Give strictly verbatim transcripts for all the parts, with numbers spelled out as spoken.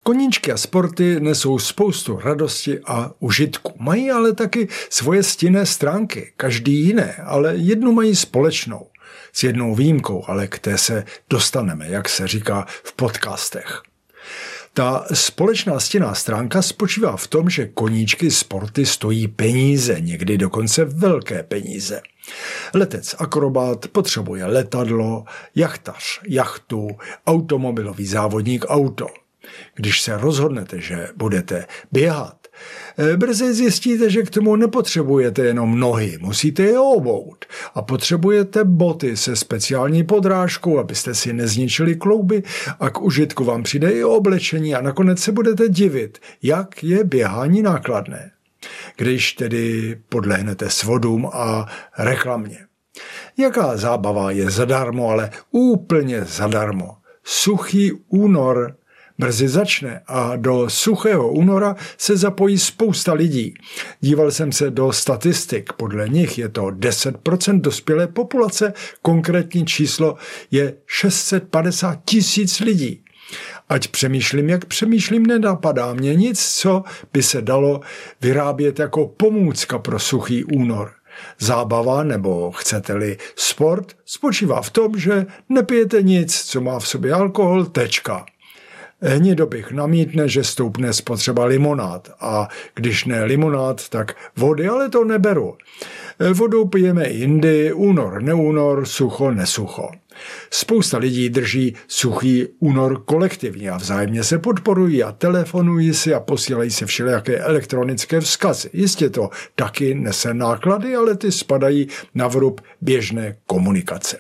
Koníčky a sporty nesou spoustu radosti a užitku. Mají ale taky svoje stinné stránky, každý jiné, ale jednu mají společnou. S jednou výjimkou, ale k té se dostaneme, jak se říká v podcastech. Ta společná stinná stránka spočívá v tom, že koníčky sporty stojí peníze, někdy dokonce velké peníze. Letec akrobát potřebuje letadlo, jachtař jachtu, automobilový závodník auto. Když se rozhodnete, že budete běhat, brzy zjistíte, že k tomu nepotřebujete jenom nohy, musíte je obout a potřebujete boty se speciální podrážkou, abyste si nezničili klouby a k užitku vám přijde i oblečení a nakonec se budete divit, jak je běhání nákladné. Když tedy podlehnete svodům a reklamě. Jaká zábava je zadarmo, ale úplně zadarmo. Suchý únor brzy začne a do suchého února se zapojí spousta lidí. Díval jsem se do statistik, podle nich je to deset procent dospělé populace, konkrétní číslo je šest set padesát tisíc lidí. Ať přemýšlím, jak přemýšlím, nenapadá mě nic, co by se dalo vyrábět jako pomůcka pro suchý únor. Zábava, nebo chcete-li sport, spočívá v tom, že nepijete nic, co má v sobě alkohol, tečka. Hnido bych namítne, že stoupne spotřeba limonád a když ne limonád, tak vody, ale to neberu. Vodou pijeme i jindy, únor, neúnor, sucho, nesucho. Spousta lidí drží suchý únor kolektivně a vzájemně se podporují a telefonují si a posílají se všelijaké elektronické vzkazy. Jistě to taky nese náklady, ale ty spadají na vrub běžné komunikace.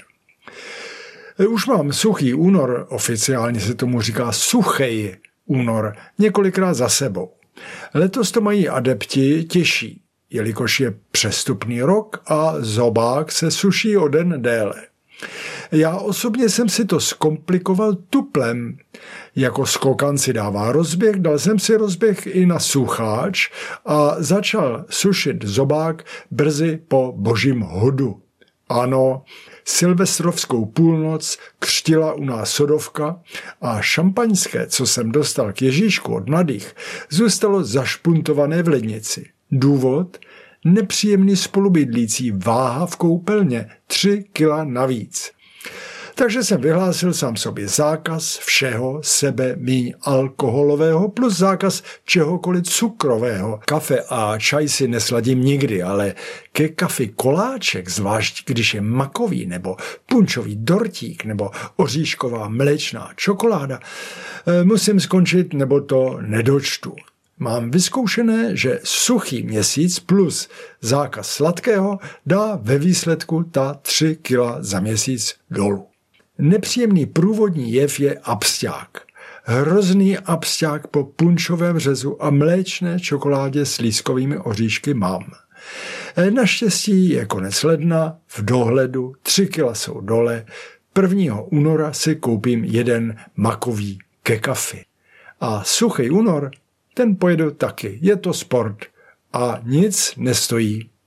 Už mám suchý únor, oficiálně se tomu říká suchej únor, několikrát za sebou. Letos to mají adepti těžší, jelikož je přestupný rok a zobák se suší o den déle. Já osobně jsem si to zkomplikoval tuplem. Jako skokan si dává rozběh, dal jsem si rozběh i na sucháč a začal sušit zobák brzy po božím hodu. Ano, silvestrovskou půlnoc křtila u nás sodovka a šampaňské, co jsem dostal k Ježíšku od mladých, zůstalo zašpuntované v lednici. Důvod? Nepříjemný spolubydlící váha v koupelně, tři kila navíc. Takže jsem vyhlásil sám sobě zákaz všeho sebe míň alkoholového plus zákaz čehokoliv cukrového. Kafe a čaj si nesladím nikdy, ale ke kafi koláček, zvlášť když je makový nebo punčový dortík nebo oříšková mléčná čokoláda, musím skončit nebo to nedočtu. Mám vyzkoušené, že suchý měsíc plus zákaz sladkého dá ve výsledku ta tři kila za měsíc dolů. Nepříjemný průvodní jev je absťák. Hrozný absťák po punčovém řezu a mléčné čokoládě s lískovými oříšky mám. Naštěstí je konec ledna, v dohledu, tři kila jsou dole, prvního února si koupím jeden makový ke kafi. A suchý únor, ten pojedu taky, je to sport a nic nestojí.